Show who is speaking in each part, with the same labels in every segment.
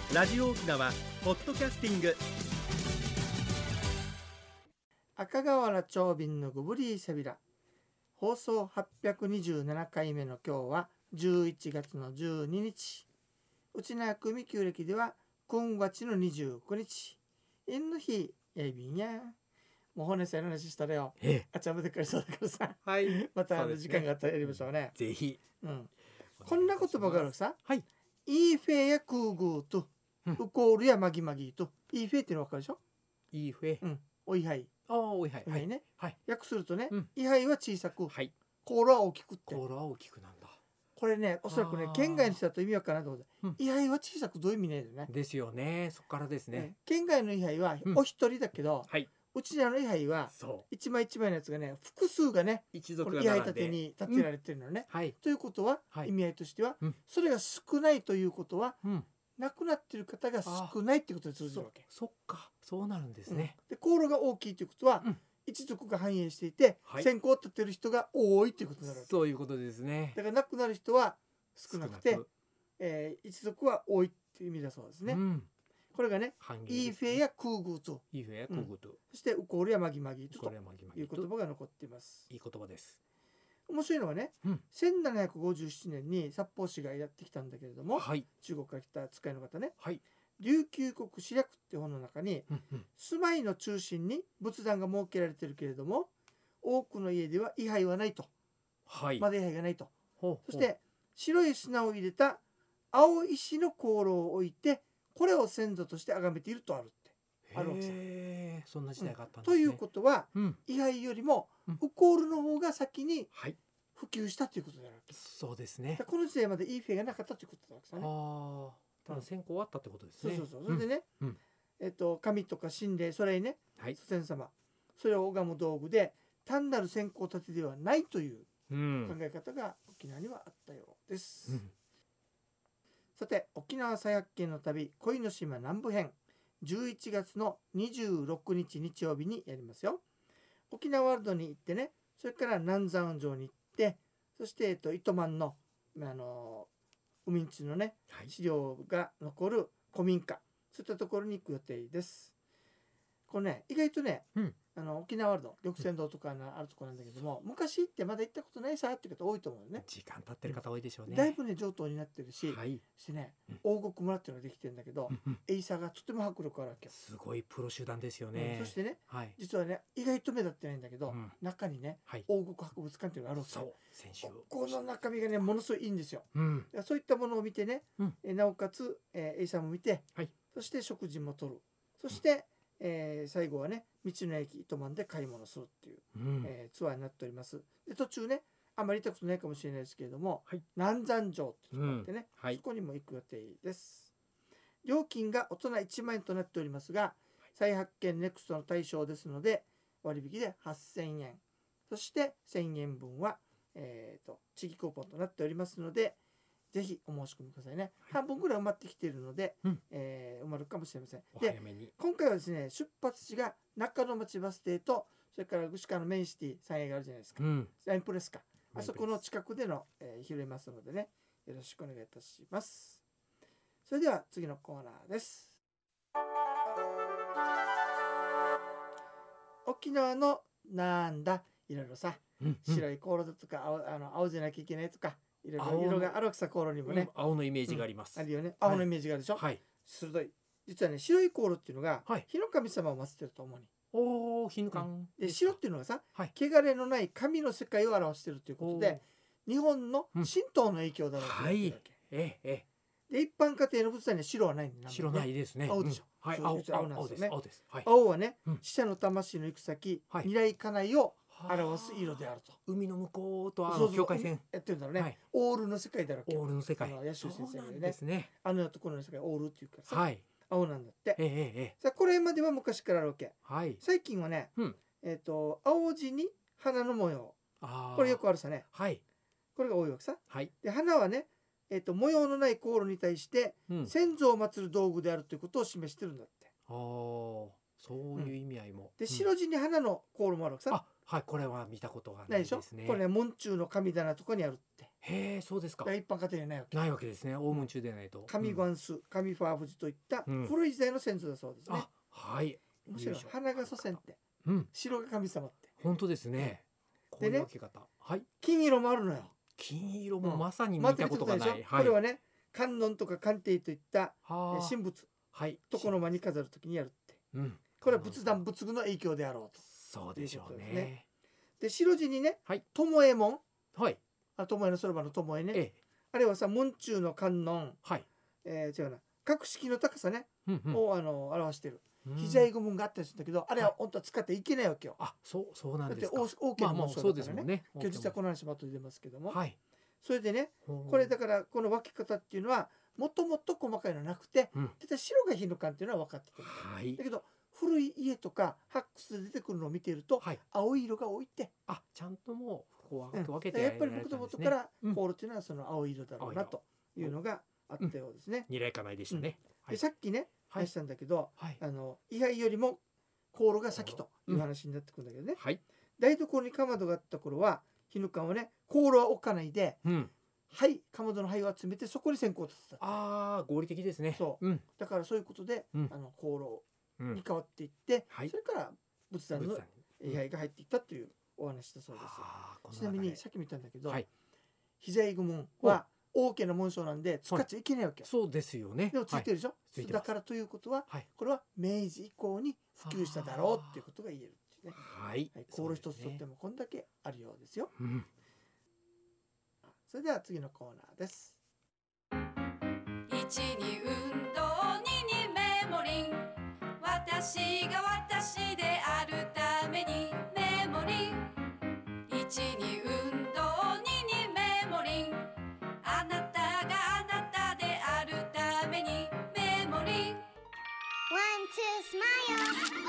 Speaker 1: ラジオ沖縄ポッドキャスティング。
Speaker 2: 赤瓦長瓶のグブリーセビラ放送827回目の今日は11月の12日。うちな組旧暦では今月の29日。縁の日やいびんや。もう骨さんの話したらよ。あちゃまでかりそうだからさ。
Speaker 1: はい。
Speaker 2: また時間があったらやりましょうね。
Speaker 1: ぜひ。
Speaker 2: こんな言葉があるさ。
Speaker 1: はい。
Speaker 2: イーフェやクーグーとウコールやマギマギとイーフェっていうの分かるでしょ。
Speaker 1: イーフェ。
Speaker 2: おいはい。
Speaker 1: おいはい。
Speaker 2: おいはいね。
Speaker 1: はい。
Speaker 2: 訳するとね、イハイは小さく、
Speaker 1: はい。
Speaker 2: コールは大きくって。
Speaker 1: コールは大きくなんだ。
Speaker 2: これね、おそらくね、県外の人だと意味わからないと思う。イハイは小さくどういう意味ねえよね。
Speaker 1: ですよね。そこからですね。
Speaker 2: 県外のイハイはお一人だけど、うちらのイハイは一枚一枚のやつがね、複数がね、
Speaker 1: 一族が
Speaker 2: イハイ立てに立てられてるのね。ということは、意味合いとしては、それが少ないということは、亡くなっている方が少ないってことに通じるわけ。
Speaker 1: そっか、そうなるんですね。
Speaker 2: で、コールが大きいということは、一族が繁栄していて、先行を立てる人が多いということになるわけ。
Speaker 1: そういうことですね。
Speaker 2: だから亡くなる人は少なくて、一族は多いっていう意味だそうですね。これがね、イーフェやクーグーと、そしてウコールやマギマギという言葉が残っています。
Speaker 1: いい言葉です。
Speaker 2: 面白いのはね、1757年に札幌市がやってきたんだけれども、中国から来た使いの方ね、琉球国史略って本の中に、住まいの中心に仏壇が設けられているけれども、多くの家では位牌はないと、まだ位牌がないと。そして白い砂を入れた青石の香炉を置いて、これを先祖として崇めているとあるってあるわけです。
Speaker 1: そんな時代があったんですね。
Speaker 2: ということは、位牌よりもウコールの方が先に普及したということになるわけ。
Speaker 1: そうですね。
Speaker 2: この時代までイーフェがなかったということだわけですね。
Speaker 1: ただ先行あったってことですね。
Speaker 2: そう。それでね、神とか神霊、それにね、祖先様、それを拝む道具で単なる先行立てではないという考え方が沖縄にはあったようです。さて、沖縄再発見の旅恋の島南部編、11月の26日日曜日にやりますよ。沖縄ワールドに行ってね、それから南山城に行って、そして糸満の海んちのね、資料が残る古民家、そういったところに行く予定です。これね、意外とね、沖縄ワールド、玉泉堂とかあるところなんだけども、昔行ってまだ行ったことないさっていう方多いと思うよね。
Speaker 1: 時間経ってる方多いでしょうね。
Speaker 2: だいぶね、上等になってるし、そしてね、王国村っていうのができてるんだけど、エイサーがとても迫力あるわけよ。
Speaker 1: すごいプロ集団ですよね。
Speaker 2: そしてね、実はね、意外と目立ってないんだけど、中にね、王国博物館っていうのがあるわけよ。この中身がね、ものすごいいいんですよ。そういったものを見てね、なおかつエイサーも見て、そして食事もとる。そして最後はね、道の駅糸満で買い物するっていう、ツアーになっております。で、途中ね、あんまり行ったことないかもしれないですけれども、南山城っていうところがあってね、そこにも行く予定です。料金が大人1万円となっておりますが、再発見ネクストの対象ですので、割引で8000円。そして1000円分は、地域クーポンとなっておりますので、ぜひお申し込みくださいね。半分ぐらい埋まってきているので、埋まるかもしれません。で、今回はですね、出発地が中野町バス停と、それから串川のメインシティ3階があるじゃないですか。ラインプレスか。あそこの近くでの、拾いますのでね、よろしくお願いいたします。それでは次のコーナーです。沖縄のなんだ、いろいろさ、白いコールだとか、青じゃなきゃいけないとか、いろいろ色がある草コールにもね、
Speaker 1: 青のイメージがあります。
Speaker 2: あるよね。青のイメージがあるでしょ。鋭い。実はね、白いコールっていうのが火の神様を祀ってると主に。
Speaker 1: 火の神。
Speaker 2: で、白っていうのがさ、汚れのない神の世界を表しているということで、日本の神道の影響だろうと言ってるわけ。で、一般家庭の仏壇には白はないんだよ。
Speaker 1: 白ないですね。
Speaker 2: 青でしょ。
Speaker 1: 青なんですよね。
Speaker 2: 青はね、死者の魂の行く先、未来家内を表す色であると。
Speaker 1: 海の向こうと境界線
Speaker 2: やってるんだろうね。オールの世界だろう。
Speaker 1: オールの世界。
Speaker 2: ヤシュ先生が
Speaker 1: ですね。
Speaker 2: あのところの世界オールっていうからさ、青なんだって。さあ、これまでは昔からあるわけ。最近はね、青地に花の模様。これよくあるさね。これが多いわけさ。で、花はね、模様のない香炉に対して先祖を祀る道具であるということを示してるんだって。
Speaker 1: そういう意味合いも。
Speaker 2: で、白地に花の香炉もあるわけさ。
Speaker 1: はい、これは見たことが
Speaker 2: なでしょ。
Speaker 1: ないいですね。
Speaker 2: これね門中の神棚とかにあるって。
Speaker 1: へえ、そうですか。
Speaker 2: だから一般家庭にはないわけ。
Speaker 1: ないわけですね。大門中でないと。
Speaker 2: 神グアンス、神ファーフジといった
Speaker 1: うん
Speaker 2: 古い時代の先祖だそうですね。
Speaker 1: あ、はい。
Speaker 2: 面白い。
Speaker 1: よいしょ
Speaker 2: 花が祖先って
Speaker 1: うん、
Speaker 2: 白が神様って。
Speaker 1: 本当ですね。こういう分け方。はい。
Speaker 2: 金色もあるのよ。
Speaker 1: 金色もまさに見
Speaker 2: まず
Speaker 1: たことがない。
Speaker 2: 見たことないでしょ。これはね観音とか観帝といった
Speaker 1: はあ。
Speaker 2: 神仏
Speaker 1: はい。
Speaker 2: 床の間に飾るときにやるって。
Speaker 1: うん。
Speaker 2: これは仏壇仏具の影響であろうと。
Speaker 1: そうでしょう
Speaker 2: ということです
Speaker 1: ね
Speaker 2: ね。で白地にね
Speaker 1: はい。
Speaker 2: 巴門、
Speaker 1: はい。
Speaker 2: 巴のそろばの巴ね、
Speaker 1: ええ。
Speaker 2: あれはさ門中の観音、
Speaker 1: はい。
Speaker 2: 違うな格式の高さね、
Speaker 1: うんうん
Speaker 2: を表してる。
Speaker 1: うん
Speaker 2: 膝絵雲があったりするんだけど、あれは本当は使っていけないわけよ。
Speaker 1: あ、そうなん
Speaker 2: だって
Speaker 1: ですか。
Speaker 2: 王家の紋章
Speaker 1: そう
Speaker 2: だからね。
Speaker 1: ですもんね。
Speaker 2: 今日実はこの話も後で出ますけども、
Speaker 1: はい。
Speaker 2: それでね
Speaker 1: こ
Speaker 2: これだからこの分け方っていうのはもともと細かいのなくて、
Speaker 1: うん。
Speaker 2: 大体白が火の缶っていうのは分かってて、
Speaker 1: はい
Speaker 2: だ。けど古い家とか発掘で出てくるのを見ていると、
Speaker 1: はい。
Speaker 2: 青い色が多いって、
Speaker 1: あ、ちゃんともうこう
Speaker 2: うん
Speaker 1: 分けて
Speaker 2: やっぱりもともとから
Speaker 1: うん
Speaker 2: 香炉っていうのはその青い色だろうなというのがあったようですね。
Speaker 1: 二来かないでしたね。は
Speaker 2: で
Speaker 1: い。
Speaker 2: さっきね
Speaker 1: はい
Speaker 2: 話したんだけど、
Speaker 1: はい。
Speaker 2: 位牌よりも香炉が先という話になってくるんだけどね、
Speaker 1: はい。
Speaker 2: 台所にかまどがあった頃は火の缶をね香炉は置かないで、
Speaker 1: うん。
Speaker 2: はいかまどの灰を集めてそこに線香を立てた。
Speaker 1: ああ、合理的ですね。
Speaker 2: そう
Speaker 1: うん。
Speaker 2: だからそういうことで、
Speaker 1: うん
Speaker 2: 香炉
Speaker 1: うん
Speaker 2: に変わっていって、
Speaker 1: はい
Speaker 2: それから仏壇の
Speaker 1: 仏壇に
Speaker 2: 位牌が入っていったというお話だそうです。
Speaker 1: あーこの
Speaker 2: ちなみ
Speaker 1: 中で
Speaker 2: にさっきも言ったんだけど、
Speaker 1: はい。
Speaker 2: 膝絵雲は王家の紋章なんで使っちゃいけないわけよ。
Speaker 1: そうですよね。
Speaker 2: でもついてるでしょ、
Speaker 1: ついてます
Speaker 2: だからということは
Speaker 1: はい。
Speaker 2: これは明治以降に普及しただろうっていうことが言えるっていうね。
Speaker 1: はい。
Speaker 2: はい、香炉一つとってもこんだけあるようですよ。
Speaker 1: うん。
Speaker 2: それでは次のコーナーです。
Speaker 3: 1に運動2にメモリン私が私であるためにメモリン1に運動2にメモリンあなたがあなたであるためにメモリン
Speaker 4: One, two, smile.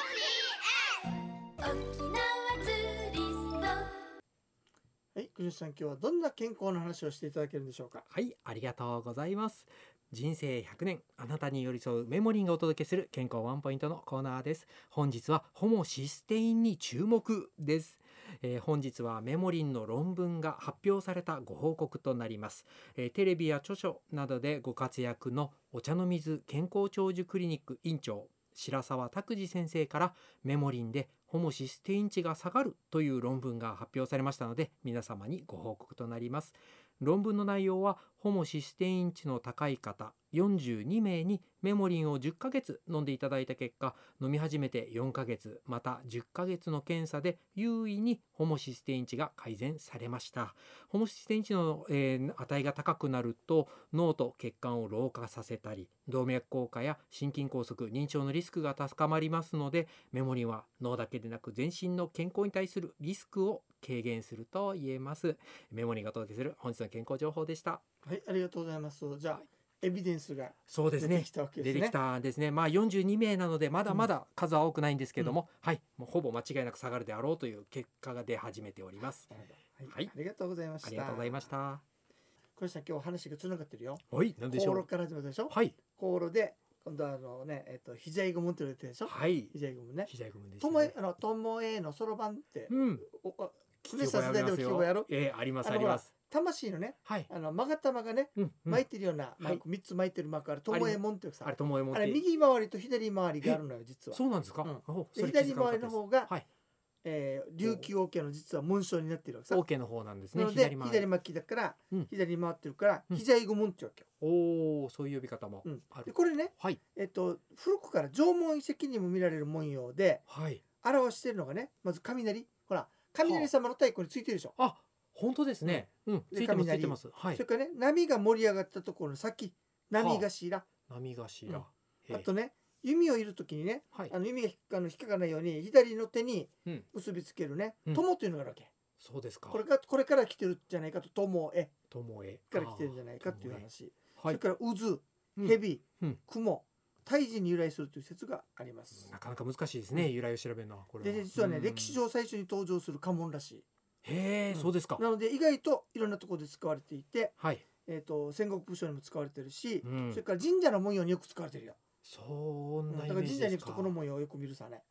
Speaker 4: OPS.
Speaker 3: 沖縄ツーリスト
Speaker 2: はい、国吉さん今日はどんな健康の話をしていただけるんでしょうか。
Speaker 1: はい、ありがとうございます。人生100年、あなたに寄り添うメモリンがお届けする健康ワンポイントのコーナーです。本日はホモシステインに注目です。本日はメモリンの論文が発表されたご報告となります。テレビや著書などでご活躍のお茶の水健康長寿クリニック院長白澤拓司先生からメモリンでホモシステイン値が下がるという論文が発表されましたので皆様にご報告となります。論文の内容はホモシステイン値の高い方42名にメモリンを10ヶ月飲んでいただいた結果、飲み始めて4ヶ月また10ヶ月の検査で優位にホモシステイン値が改善されました。ホモシステイン値の、値が高くなると脳と血管を老化させたり動脈硬化や心筋梗塞認知症のリスクが高まりますので、メモリンは脳だけでなく全身の健康に対するリスクを軽減すると言えます。メモリンがお届けする本日の健康情報でした。
Speaker 2: はい、ありがとうございます。じゃあエビデンスが
Speaker 1: そうですね。
Speaker 2: 出てきたわけですね。
Speaker 1: 出てきたんですね。まあ42名なのでまだまだ数は多くないんですけども、はい、もうほぼ間違いなく下がるであろうという結果が出始めております。
Speaker 2: なるほど。
Speaker 1: は
Speaker 2: はいい、ありがとうございました。
Speaker 1: ありがとうございました。
Speaker 2: これさん今日話がつながってるよ。
Speaker 1: はい、何でしょう。
Speaker 2: 香炉から始まったでしょ。
Speaker 1: はい、
Speaker 2: 香炉で今度は膝絵雲って言われてるでしょ。
Speaker 1: はい、
Speaker 2: 膝絵雲ね。
Speaker 1: 膝組です
Speaker 2: とも
Speaker 1: ね。
Speaker 2: えのそろばんって、
Speaker 1: うん、
Speaker 2: クレスタ世代でも聞き覚えある。
Speaker 1: あります
Speaker 2: あの
Speaker 1: あります。
Speaker 2: 魂のね、
Speaker 1: はい、
Speaker 2: まがたまがね
Speaker 1: うん、
Speaker 2: 巻いてるようなマーク、
Speaker 1: は
Speaker 2: 3つ巻いてるマークあるともえもんっていうさ、
Speaker 1: あれともえもんっ
Speaker 2: あれ
Speaker 1: て。
Speaker 2: 右回りと左回りがあるのよ実は。
Speaker 1: そうなんですか。
Speaker 2: うん
Speaker 1: お
Speaker 2: で
Speaker 1: それ気づかなかった
Speaker 2: 左回りの方が
Speaker 1: ですはい、
Speaker 2: 琉球王家の実は紋章になってるわけさ。
Speaker 1: オーケーの方なんですね。
Speaker 2: なので
Speaker 1: 左回り。
Speaker 2: 左巻きだから
Speaker 1: うん
Speaker 2: 左回ってるから
Speaker 1: うん
Speaker 2: 膝絵雲っていうわけよ。
Speaker 1: おお、そういう呼び方も
Speaker 2: うん
Speaker 1: ある。
Speaker 2: でこれね、
Speaker 1: はい、
Speaker 2: 古くから縄文遺跡にも見られる文様で
Speaker 1: はい。
Speaker 2: 表してるのがね、まず雷、ほら雷様の太鼓についてるでしょ。
Speaker 1: あ、本当ですね。うん、ついてますついてます。はい
Speaker 2: それ。からね、波が盛り上がったところの先、波頭、
Speaker 1: 波頭。
Speaker 2: あとね、弓を射るときにね、
Speaker 1: はい。
Speaker 2: 弓が引っかかないように左の手に
Speaker 1: うん、
Speaker 2: 結びつけるね、
Speaker 1: うん
Speaker 2: 友というのがあるわけ。
Speaker 1: そうですか。
Speaker 2: これから来てるんじゃないかと、友へ
Speaker 1: ともえ
Speaker 2: から来てるんじゃないかっていう話。そ
Speaker 1: はい。
Speaker 2: れから渦、
Speaker 1: うん
Speaker 2: 蛇、
Speaker 1: うん
Speaker 2: 雲、胎児に由来するという説があります。
Speaker 1: なかなか難しいですね。由来を調べるのはこれは。
Speaker 2: で実はね、
Speaker 1: うん
Speaker 2: 歴史上最初に登場する家紋らしい。
Speaker 1: へえ、
Speaker 2: うん
Speaker 1: そうですか。
Speaker 2: なので意外といろんなところで使われていて、
Speaker 1: はい。
Speaker 2: 戦国武将にも使われてるし、
Speaker 1: うん
Speaker 2: それから神社の文様によく使われてるよ。
Speaker 1: そんなイ
Speaker 2: だから神社に行く
Speaker 1: メージですか。
Speaker 2: とこの模様をよく見るさね。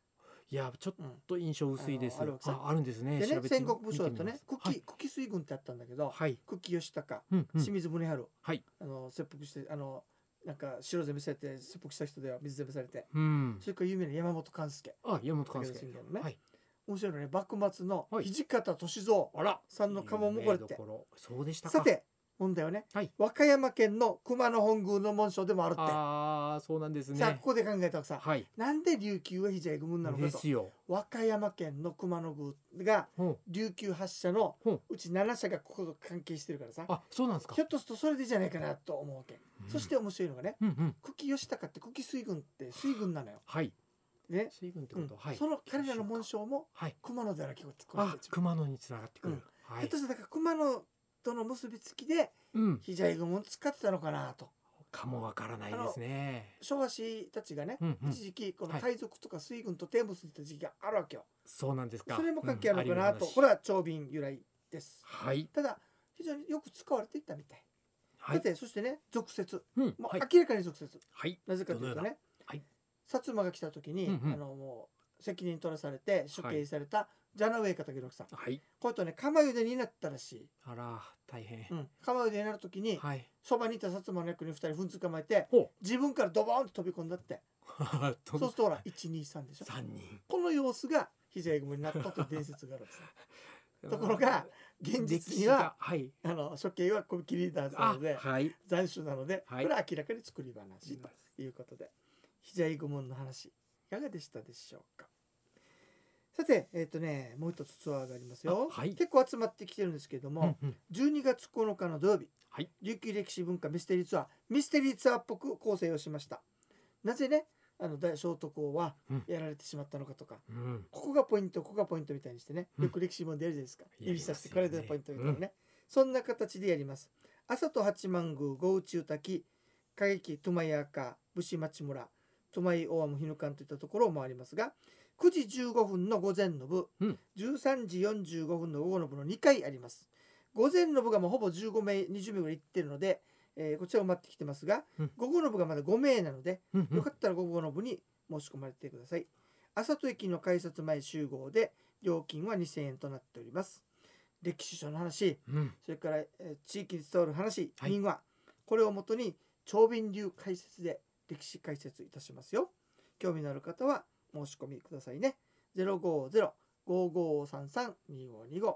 Speaker 1: いやちょっと印象薄いです。あるんですね。
Speaker 2: でね、戦国武将だとね、久喜水軍ってあったんだけど、久喜義高、清水宗春、切腹してなんか白攻めされて切腹した人では水攻めされて、それから有名な山本勘助、
Speaker 1: 山本勘助ね、
Speaker 2: 面白いのね、幕末の土方歳三さんの家紋もこれって。
Speaker 1: そうでしたか。
Speaker 2: さて問題はね、和歌山県の熊野本宮の紋章でもあるって。
Speaker 1: そうなんですね。
Speaker 2: さあここで考えたらさ、なんで琉球は比叡御門なのかと。
Speaker 1: ですよ。
Speaker 2: 和歌山県の熊野宮が琉球8社のうち7社がここと関係してるからさ。
Speaker 1: そうなんですか。
Speaker 2: ひょっとするとそれでじゃないかなと思うわけ。そして面白いのがね、久喜義高って久喜水軍って水軍なのよ。ね、
Speaker 1: 水軍ってこと。
Speaker 2: その彼らの紋章も熊野ではなきゃ
Speaker 1: 熊野につながってくる。
Speaker 2: ひょっとしたらだから熊野との結びつきで比叡御門使ってたのかなと。
Speaker 1: かもわからないですね。
Speaker 2: 昭和史たちがね、一時期この海賊とか水軍と手を結んでた時期があるわけよ。
Speaker 1: そうなんですか。
Speaker 2: それも関係あるのかなと。これは長瓶由来です。ただ非常によく使われていたみたい。さてそしてね、俗説、もう明らかに俗説。なぜかというとね、薩摩が来た時にもう責任取らされて処刑されたジャナウェイ片桐さん、こうやってね釜茹でになったらしい。
Speaker 1: あら大変。
Speaker 2: 釜茹でになる時にそばにいた薩摩の役に2人踏ん捕まえて自分からドボーンと飛び込んだって。そうするとほら123でしょ。
Speaker 1: 3人。
Speaker 2: この様子が比叡御門になったという伝説があるんですところが現実には処刑は小切りだなので斬首なので、これは明らかに作り話ということで、比叡御門の話いかがでしたでしょうか。さてもう一つツアーがありますよ。結構集まってきてるんですけれども、12月9日の土曜日、琉球歴史文化ミステリーツアー、ミステリーツアーっぽく構成をしました。なぜね大聖徳公はやられてしまったのかとか、ここがポイントここがポイントみたいにしてね、よく歴史本でやるじゃないですか。指さしてこれでポイントみたいなね、そんな形でやります。朝と八幡宮、五内宇滝、歌劇トゥマイアーカ、武士町村、トゥマイオアムヒヌカンといったところを回りますが、9時15分の午前の部、13時45分の午後の部の2回あります。午前の部がもうほぼ15名20名ぐらい行ってるので、こちらを待ってきてますが、午後の部がまだ5名なので、よかったら午後の部に申し込まれてください。朝戸駅の改札前集合で料金は2000円となっております。歴史書の話、それから、地域に伝わる話、民話、これをもとに長瓶流解説で歴史解説いたしますよ。興味のある方は申し込みくださいね。050-5533-2525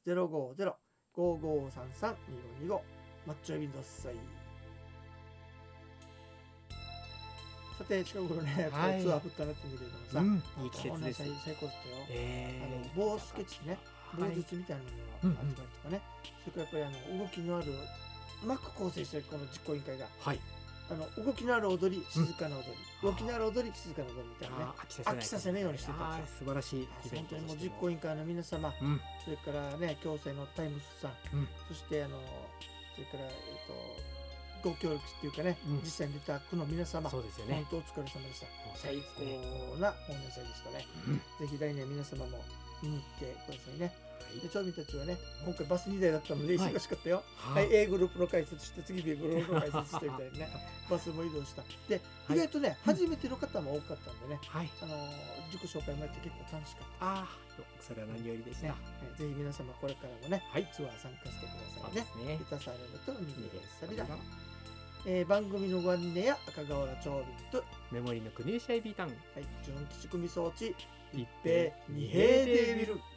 Speaker 2: 050-5533-2525マッチョエビンドッサイ。さて近頃ね、ツアー降ったなってんだけどもさ、
Speaker 1: いい季節です。
Speaker 2: 最高だったよ。棒スケッチね、棒術みたいなのが集まりとかね、それからやっぱり動きのあるうまく構成してるこの実行委員会が、動きのある踊り、静かな踊り、動きのある踊り、静かな踊りみたいなね、飽きさせないようにしてたんですよ。
Speaker 1: 素晴らしい。
Speaker 2: 本当にもう実行委員会の皆様、それからね、共生のタイムスさん、そしてそれからご協力っていうかね、実際に出た区の皆様、本当お疲れ様でした。最高な忘年祭でしたね。ぜひ来年皆様も見に行ってくださいね。で町民たちはね、今回バス2台だったので忙しかったよ。A グループの解説して、次 B グループの解説してみたいなね、バスも移動した。で、意外とね、初めての方も多かったんでね、自己紹介もやって結構楽しかった。
Speaker 1: それは何よりでした。
Speaker 2: ぜひ皆様これからもね、ツアー参加してくださいね。いたされると逃げさびだ。番組のご案内や赤瓦町民と
Speaker 1: メモリの国シャイビータン、
Speaker 2: 純基地組装置一平二平で見る。